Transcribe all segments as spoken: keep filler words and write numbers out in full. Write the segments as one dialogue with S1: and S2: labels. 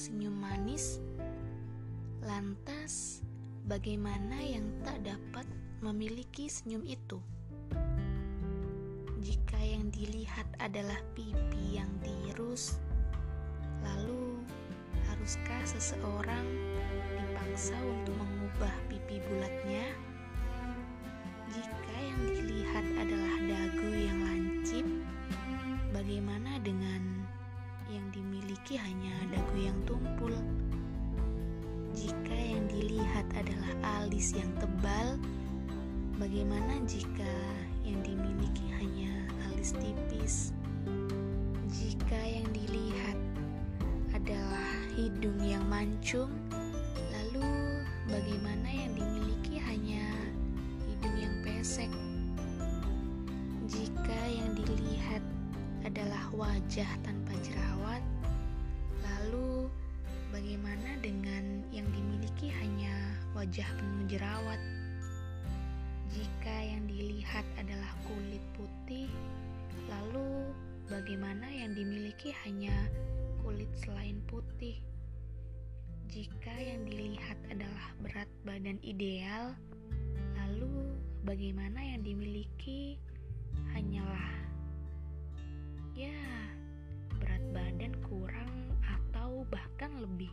S1: senyum manis. Lantas, bagaimana yang tak dapat memiliki senyum itu? Jika yang dilihat adalah pipi yang tirus, lalu haruskah seseorang dipaksa untuk mengubah pipi bulatnya? Jika yang dilihat adalah dagu yang lancip, bagaimana dengan yang dimiliki hanya dagu yang tumpul? Jika yang dilihat adalah alis yang tebal, bagaimana jika yang dimiliki hanya alis tipis? Jika yang dilihat adalah hidung yang mancung, lalu bagaimana yang dimiliki hanya hidung yang pesek? Jika yang dilihat adalah wajah tanpa jerawat, lalu bagaimana dengan yang dimiliki hanya wajah penuh jerawat? Jika yang dilihat adalah kulit putih, lalu bagaimana yang dimiliki hanya kulit selain putih? Jika yang dilihat adalah berat badan ideal, lalu bagaimana yang dimiliki hanyalah ya berat badan kurang atau bahkan lebih?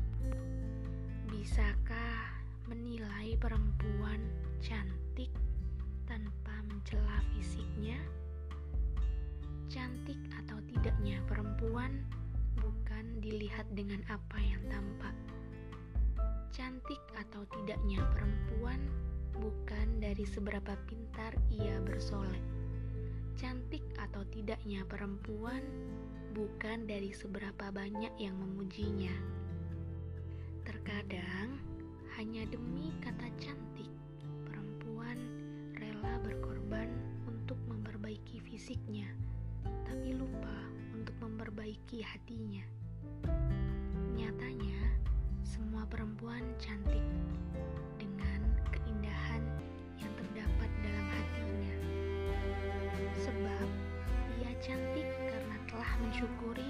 S1: Bisakah menilai perempuan cantik tanpa mencela fisiknya? Cantik atau tidaknya perempuan bukan dilihat dengan apa yang tampak. Cantik atau tidaknya perempuan bukan dari seberapa pintar ia bersolek. Cantik atau tidaknya perempuan bukan dari seberapa banyak yang memujinya. Terkadang hanya demi kata cantik, perempuan rela berkorban untuk memperbaiki fisiknya, tapi lupa untuk memperbaiki hatinya. Nyatanya, semua perempuan cantik dengan keindahan yang terdapat dalam hatinya. Sebab ia cantik karena telah mensyukuri